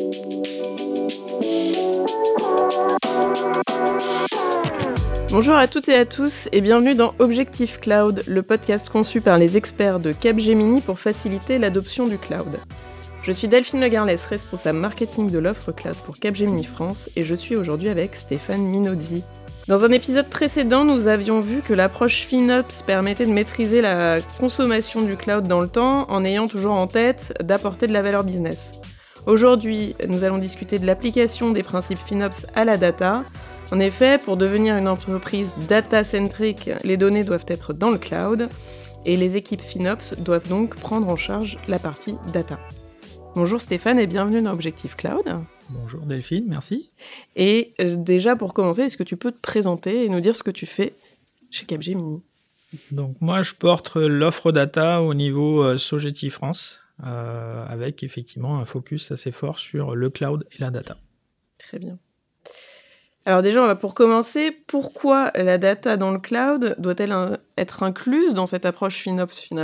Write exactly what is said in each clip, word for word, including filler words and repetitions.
Bonjour à toutes et à tous et bienvenue dans Objectif Cloud, le podcast conçu par les experts de Capgemini pour faciliter l'adoption du cloud. Je suis Delphine Legarlès, responsable marketing de l'offre cloud pour Capgemini France et je suis aujourd'hui avec Stéphane Minozzi. Dans un épisode précédent, nous avions vu que l'approche FinOps permettait de maîtriser la consommation du cloud dans le temps en ayant toujours en tête d'apporter de la valeur business. Aujourd'hui, nous allons discuter de l'application des principes FinOps à la data. En effet, pour devenir une entreprise data-centric, les données doivent être dans le cloud et les équipes FinOps doivent donc prendre en charge la partie data. Bonjour Stéphane et bienvenue dans Objectif Cloud. Bonjour Delphine, merci. Et euh, déjà pour commencer, est-ce que tu peux te présenter et nous dire ce que tu fais chez Capgemini ? Donc moi je porte l'offre data au niveau euh, Sogeti France euh, avec effectivement un focus assez fort sur le cloud et la data. Très bien. Alors déjà, on va pour commencer, pourquoi la data dans le cloud doit-elle un, être incluse dans cette approche FinOps finalement ?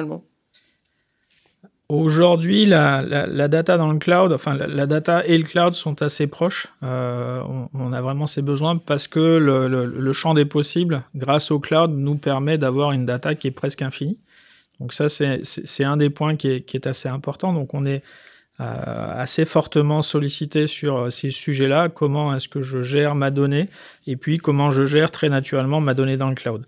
Aujourd'hui, la, la, la data dans le cloud, enfin la, la data et le cloud sont assez proches. Euh, on, on a vraiment ces besoins parce que le, le, le champ des possibles, grâce au cloud, nous permet d'avoir une data qui est presque infinie. Donc ça, c'est, c'est, c'est un des points qui est, qui est assez important. Donc on est Euh, assez fortement sollicité sur ces sujets-là, comment est-ce que je gère ma donnée et puis comment je gère très naturellement ma donnée dans le cloud.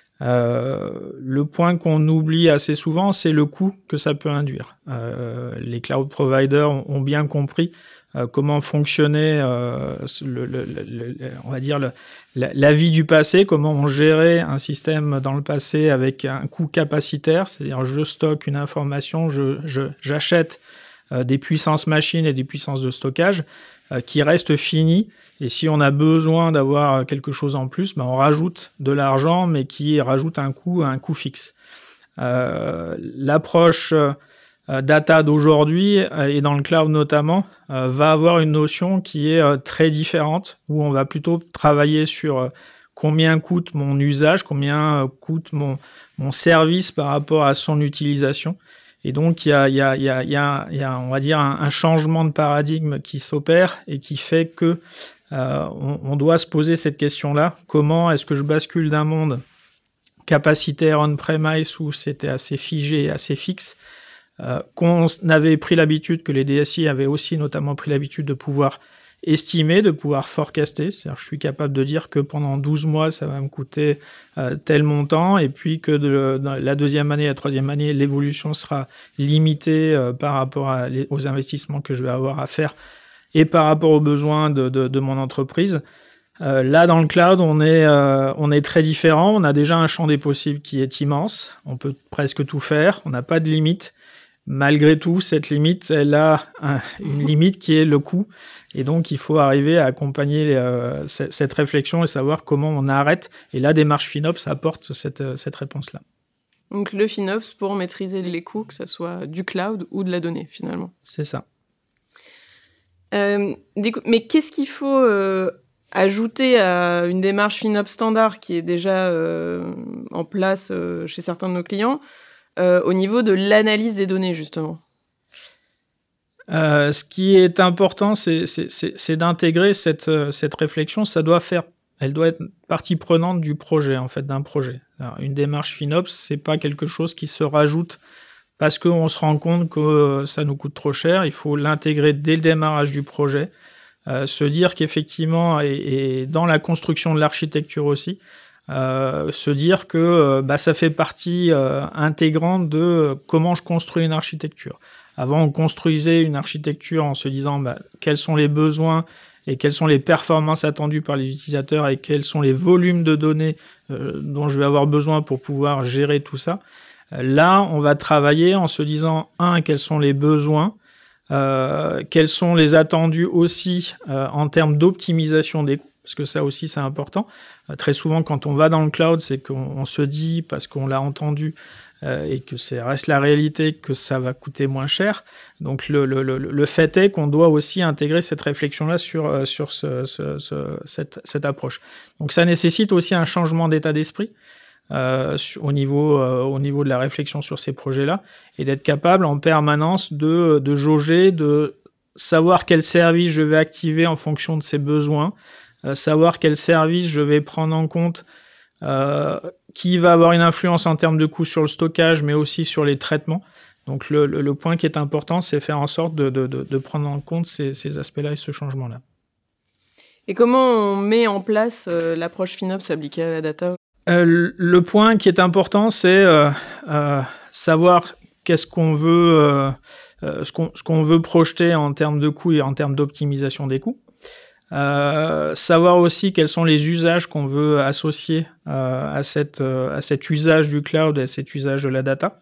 Euh, le point qu'on oublie assez souvent, c'est le coût que ça peut induire. Euh, les cloud providers ont, ont bien compris euh, comment fonctionnait euh, le, le, le, le, on va dire le, la, la vie du passé, comment on gérait un système dans le passé avec un coût capacitaire, c'est-à-dire je stocke une information, je, je, j'achète des puissances machines et des puissances de stockage euh, qui restent finies. Et si on a besoin d'avoir quelque chose en plus, ben on rajoute de l'argent, mais qui rajoute un coût, un coût fixe. Euh, l'approche euh, data d'aujourd'hui, euh, et dans le cloud notamment, euh, va avoir une notion qui est euh, très différente, où on va plutôt travailler sur euh, combien coûte mon usage, combien euh, coûte mon, mon service par rapport à son utilisation. Et donc, il y a, il y a, il y a, il y a, il y a on va dire, un, un changement de paradigme qui s'opère et qui fait que euh, on, on doit se poser cette question-là. Comment est-ce que je bascule d'un monde capacitaire on-premise où c'était assez figé et assez fixe, euh, qu'on avait pris l'habitude, que les D S I avaient aussi notamment pris l'habitude de pouvoir estimer, de pouvoir forecaster, c'est-à-dire je suis capable de dire que pendant douze mois, ça va me coûter euh, tel montant, et puis que de, de la deuxième année, la troisième année, l'évolution sera limitée euh, par rapport à les, aux investissements que je vais avoir à faire et par rapport aux besoins de, de, de mon entreprise. Euh, là, dans le cloud, on est, euh, on est très différent, on a déjà un champ des possibles qui est immense, on peut presque tout faire, on n'a pas de limite. Malgré tout, cette limite, elle a un, une limite qui est le coût. Et donc, il faut arriver à accompagner euh, c- cette réflexion et savoir comment on arrête. Et la démarche FinOps apporte cette, cette réponse-là. Donc, le FinOps pour maîtriser les coûts, que ce soit du cloud ou de la donnée, finalement. C'est ça. Euh, mais qu'est-ce qu'il faut euh, ajouter à une démarche FinOps standard qui est déjà euh, en place euh, chez certains de nos clients Euh, au niveau de l'analyse des données, justement? euh, Ce qui est important, c'est, c'est, c'est, c'est d'intégrer cette, cette réflexion. Ça doit faire, elle doit être partie prenante du projet, en fait, d'un projet. Alors, une démarche FinOps, c'est pas quelque chose qui se rajoute parce qu'on se rend compte que ça nous coûte trop cher. Il faut l'intégrer dès le démarrage du projet, euh, se dire qu'effectivement, et, et dans la construction de l'architecture aussi, Euh, se dire que euh, bah, ça fait partie euh, intégrante de euh, comment je construis une architecture. Avant, on construisait une architecture en se disant bah, quels sont les besoins et quelles sont les performances attendues par les utilisateurs et quels sont les volumes de données euh, dont je vais avoir besoin pour pouvoir gérer tout ça. Euh, là, on va travailler en se disant, un, quels sont les besoins, euh, quels sont les attendus aussi euh, en termes d'optimisation des coûts, parce que ça aussi c'est important. Euh, très souvent quand on va dans le cloud, c'est qu'on on se dit, parce qu'on l'a entendu euh, et que ça reste la réalité, que ça va coûter moins cher. Donc le, le, le, le fait est qu'on doit aussi intégrer cette réflexion-là sur, sur ce, ce, ce, cette, cette approche. Donc ça nécessite aussi un changement d'état d'esprit euh, au, niveau, euh, au niveau de la réflexion sur ces projets-là et d'être capable en permanence de, de jauger, de savoir quel service je vais activer en fonction de ses besoins, euh, savoir quel service je vais prendre en compte, euh, qui va avoir une influence en termes de coûts sur le stockage, mais aussi sur les traitements. Donc le, le, le point qui est important, c'est faire en sorte de, de, de, de prendre en compte ces, ces aspects-là et ce changement-là. Et comment on met en place euh, l'approche FinOps appliquée à la data ? euh, Le point qui est important, c'est euh, euh, savoir qu'est-ce qu'on veut, euh, euh, ce, qu'on, ce qu'on veut projeter en termes de coûts et en termes d'optimisation des coûts. Euh, savoir aussi quels sont les usages qu'on veut associer euh, à, cette, euh, à cet usage du cloud et à cet usage de la data.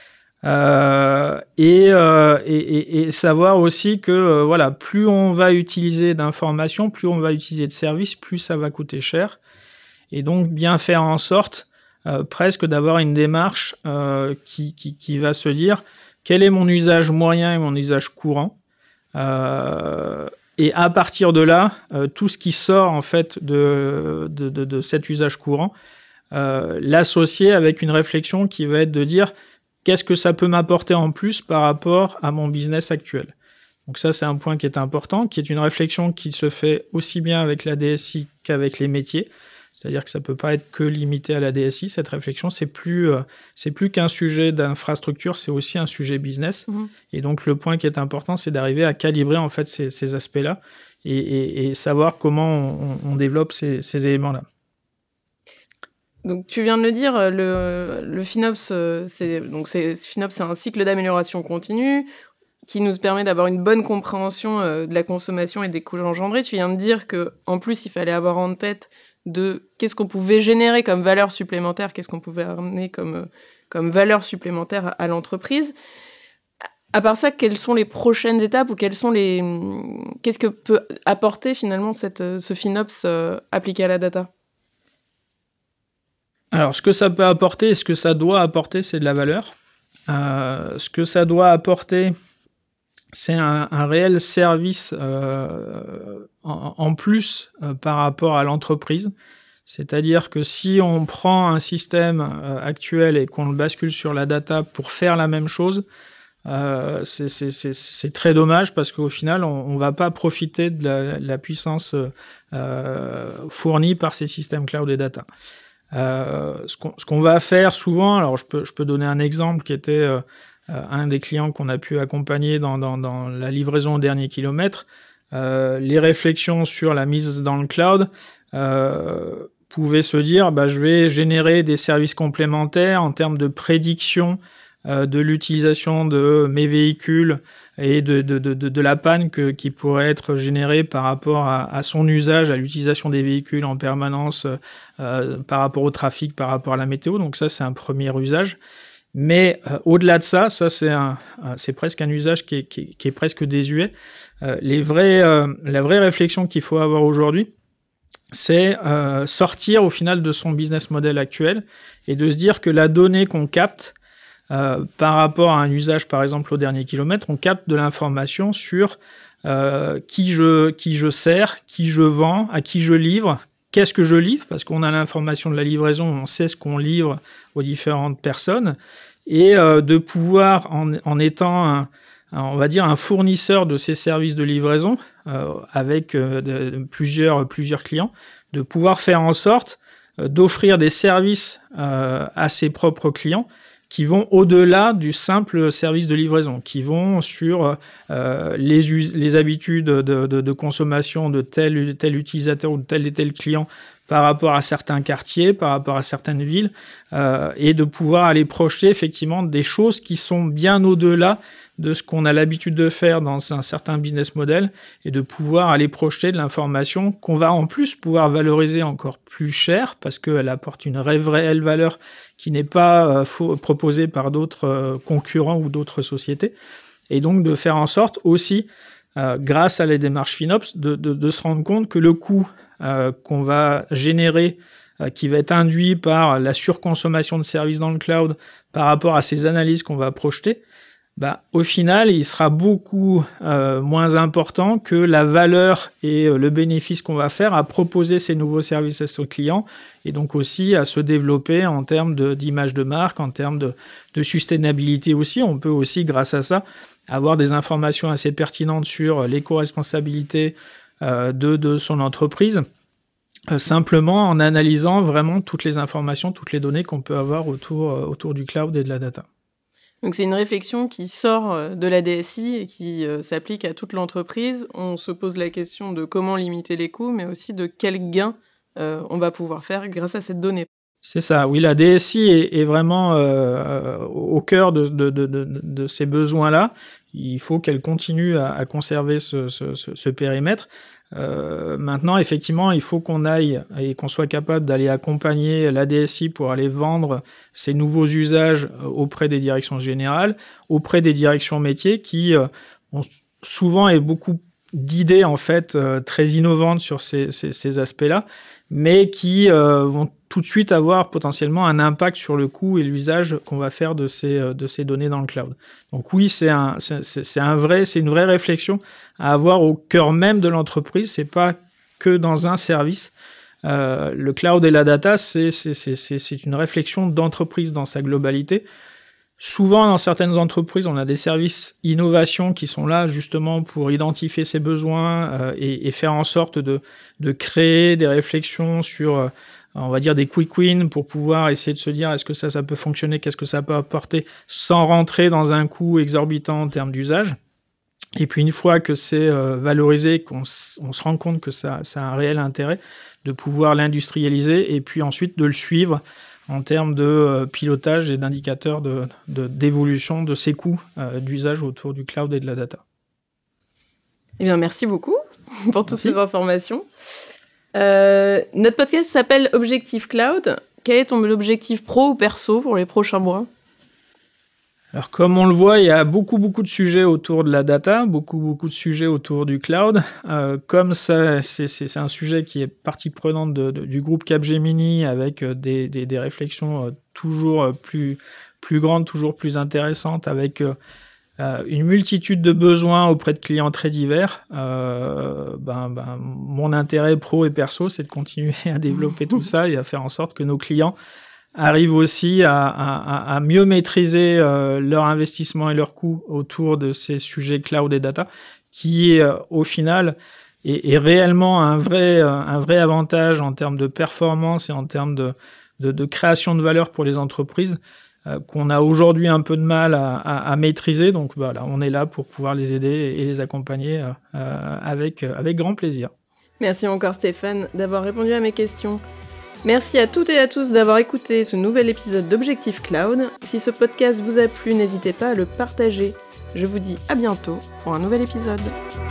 Euh, et, euh, et, et, et savoir aussi que euh, voilà, plus on va utiliser d'informations, plus on va utiliser de services, plus ça va coûter cher. Et donc bien faire en sorte euh, presque d'avoir une démarche euh, qui, qui, qui va se dire quel est mon usage moyen et mon usage courant. Euh, et à partir de là, euh, tout ce qui sort en fait de, de, de, de cet usage courant, euh, l'associer avec une réflexion qui va être de dire qu'est-ce que ça peut m'apporter en plus par rapport à mon business actuel. Donc ça, c'est un point qui est important, qui est une réflexion qui se fait aussi bien avec la D S I qu'avec les métiers. C'est-à-dire que ça ne peut pas être que limité à la D S I. Cette réflexion, c'est plus, euh, c'est plus qu'un sujet d'infrastructure, c'est aussi un sujet business. Mmh. Et donc, le point qui est important, c'est d'arriver à calibrer en fait ces, ces aspects-là et, et, et savoir comment on, on développe ces, ces éléments-là. Donc, tu viens de le dire, le, le FinOps, c'est, donc c'est, FinOps, c'est un cycle d'amélioration continue qui nous permet d'avoir une bonne compréhension euh, de la consommation et des coûts engendrés. Tu viens de dire qu'en plus, il fallait avoir en tête de qu'est-ce qu'on pouvait générer comme valeur supplémentaire, qu'est-ce qu'on pouvait amener comme, comme valeur supplémentaire à l'entreprise. À part ça, quelles sont les prochaines étapes ou quelles sont les, qu'est-ce que peut apporter finalement cette, ce FinOps euh, appliqué à la data ? Alors, ce que ça peut apporter et ce que ça doit apporter, c'est de la valeur. Euh, ce que ça doit apporter, c'est un, un réel service euh, en, en plus euh, par rapport à l'entreprise. C'est-à-dire que si on prend un système euh, actuel et qu'on le bascule sur la data pour faire la même chose, euh, c'est, c'est, c'est, c'est très dommage parce qu'au final, on ne va pas profiter de la, la puissance euh, fournie par ces systèmes cloud et data. Euh, ce, qu'on, ce qu'on va faire souvent, alors je peux, je peux donner un exemple qui était... Euh, Euh, un des clients qu'on a pu accompagner dans, dans, dans la livraison au dernier kilomètre, euh, les réflexions sur la mise dans le cloud euh, pouvaient se dire bah, je vais générer des services complémentaires en termes de prédiction euh, de l'utilisation de mes véhicules et de, de, de, de la panne que, qui pourrait être générée par rapport à, à son usage, à l'utilisation des véhicules en permanence euh, par rapport au trafic, par rapport à la météo. Donc ça, c'est un premier usage. Mais euh, au-delà de ça, ça c'est, un, euh, c'est presque un usage qui est, qui est, qui est presque désuet. Euh, les vrais, euh, la vraie réflexion qu'il faut avoir aujourd'hui, c'est euh, sortir au final de son business model actuel et de se dire que la donnée qu'on capte euh, par rapport à un usage, par exemple au dernier kilomètre, on capte de l'information sur euh, qui je, qui je sers, qui je vends, à qui je livre. Qu'est-ce que je livre ? Parce qu'on a l'information de la livraison, on sait ce qu'on livre aux différentes personnes. Et euh, de pouvoir, en, en étant, un, un, on va dire, un fournisseur de ces services de livraison, euh, avec euh, de, de plusieurs, plusieurs clients, de pouvoir faire en sorte euh, d'offrir des services euh, à ses propres clients qui vont au-delà du simple service de livraison, qui vont sur euh, les, us- les habitudes de, de, de consommation de tel, tel utilisateur ou de tel et tel client par rapport à certains quartiers, par rapport à certaines villes, euh, et de pouvoir aller projeter effectivement des choses qui sont bien au-delà de ce qu'on a l'habitude de faire dans un certain business model, et de pouvoir aller projeter de l'information qu'on va en plus pouvoir valoriser encore plus cher, parce qu'elle apporte une réelle valeur qui n'est pas euh, faux, proposée par d'autres euh, concurrents ou d'autres sociétés, et donc de faire en sorte aussi, euh, grâce à la démarche FinOps, de, de, de se rendre compte que le coût Euh, qu'on va générer, euh, qui va être induit par la surconsommation de services dans le cloud par rapport à ces analyses qu'on va projeter, bah, au final, il sera beaucoup euh, moins important que la valeur et euh, le bénéfice qu'on va faire à proposer ces nouveaux services à ses clients et donc aussi à se développer en termes de, d'image de marque, en termes de, de sustainabilité aussi. On peut aussi, grâce à ça, avoir des informations assez pertinentes sur l'éco-responsabilité euh, de, de son entreprise, euh, simplement en analysant vraiment toutes les informations, toutes les données qu'on peut avoir autour, euh, autour du cloud et de la data. Donc c'est une réflexion qui sort de la D S I et qui euh, s'applique à toute l'entreprise. On se pose la question de comment limiter les coûts, mais aussi de quels gains euh, on va pouvoir faire grâce à cette donnée. C'est ça, oui, la D S I est, est vraiment euh, au cœur de, de, de, de, de ces besoins-là. Il faut qu'elle continue à, à conserver ce, ce, ce, ce périmètre. Euh, maintenant, effectivement, il faut qu'on aille et qu'on soit capable d'aller accompagner la D S I pour aller vendre ces nouveaux usages auprès des directions générales, auprès des directions métiers qui euh, ont souvent et beaucoup d'idées en fait euh, très innovantes sur ces, ces, ces aspects-là, mais qui euh, vont tout de suite avoir potentiellement un impact sur le coût et l'usage qu'on va faire de ces, de ces données dans le cloud. Donc oui, c'est, un, c'est, c'est, un vrai, c'est une vraie réflexion à avoir au cœur même de l'entreprise. C'est pas que dans un service. Euh, le cloud et la data, c'est, c'est, c'est, c'est, c'est une réflexion d'entreprise dans sa globalité. Souvent, dans certaines entreprises, on a des services innovation qui sont là justement pour identifier ses besoins euh, et, et faire en sorte de, de créer des réflexions sur, euh, on va dire, des quick wins pour pouvoir essayer de se dire est-ce que ça, ça peut fonctionner, qu'est-ce que ça peut apporter sans rentrer dans un coût exorbitant en termes d'usage. Et puis, une fois que c'est euh, valorisé, qu'on s- on se rend compte que ça, ça a un réel intérêt, de pouvoir l'industrialiser et puis ensuite de le suivre en termes de euh, pilotage et d'indicateurs de, de, d'évolution de ces coûts euh, d'usage autour du cloud et de la data. Eh bien, merci beaucoup pour toutes Merci. ces informations. Euh, notre podcast s'appelle Objectif Cloud. Quel est ton objectif pro ou perso pour les prochains mois ? Alors, comme on le voit, il y a beaucoup, beaucoup de sujets autour de la data, beaucoup, beaucoup de sujets autour du cloud. Euh, comme ça, c'est, c'est, c'est un sujet qui est partie prenante de, de, du groupe Capgemini avec des, des, des réflexions toujours plus, plus grandes, toujours plus intéressantes, avec euh, une multitude de besoins auprès de clients très divers. Euh, ben, ben, mon intérêt pro et perso, c'est de continuer à développer tout ça et à faire en sorte que nos clients arrivent aussi à, à, à mieux maîtriser euh, leur investissement et leurs coûts autour de ces sujets cloud et data, qui euh, au final est, est réellement un vrai, un vrai avantage en termes de performance et en termes de, de, de création de valeur pour les entreprises euh, qu'on a aujourd'hui un peu de mal à, à, à maîtriser. Donc voilà, on est là pour pouvoir les aider et les accompagner euh, avec, avec grand plaisir. Merci encore Stéphane d'avoir répondu à mes questions. Merci à toutes et à tous d'avoir écouté ce nouvel épisode d'Objectif Cloud. Si ce podcast vous a plu, n'hésitez pas à le partager. Je vous dis à bientôt pour un nouvel épisode.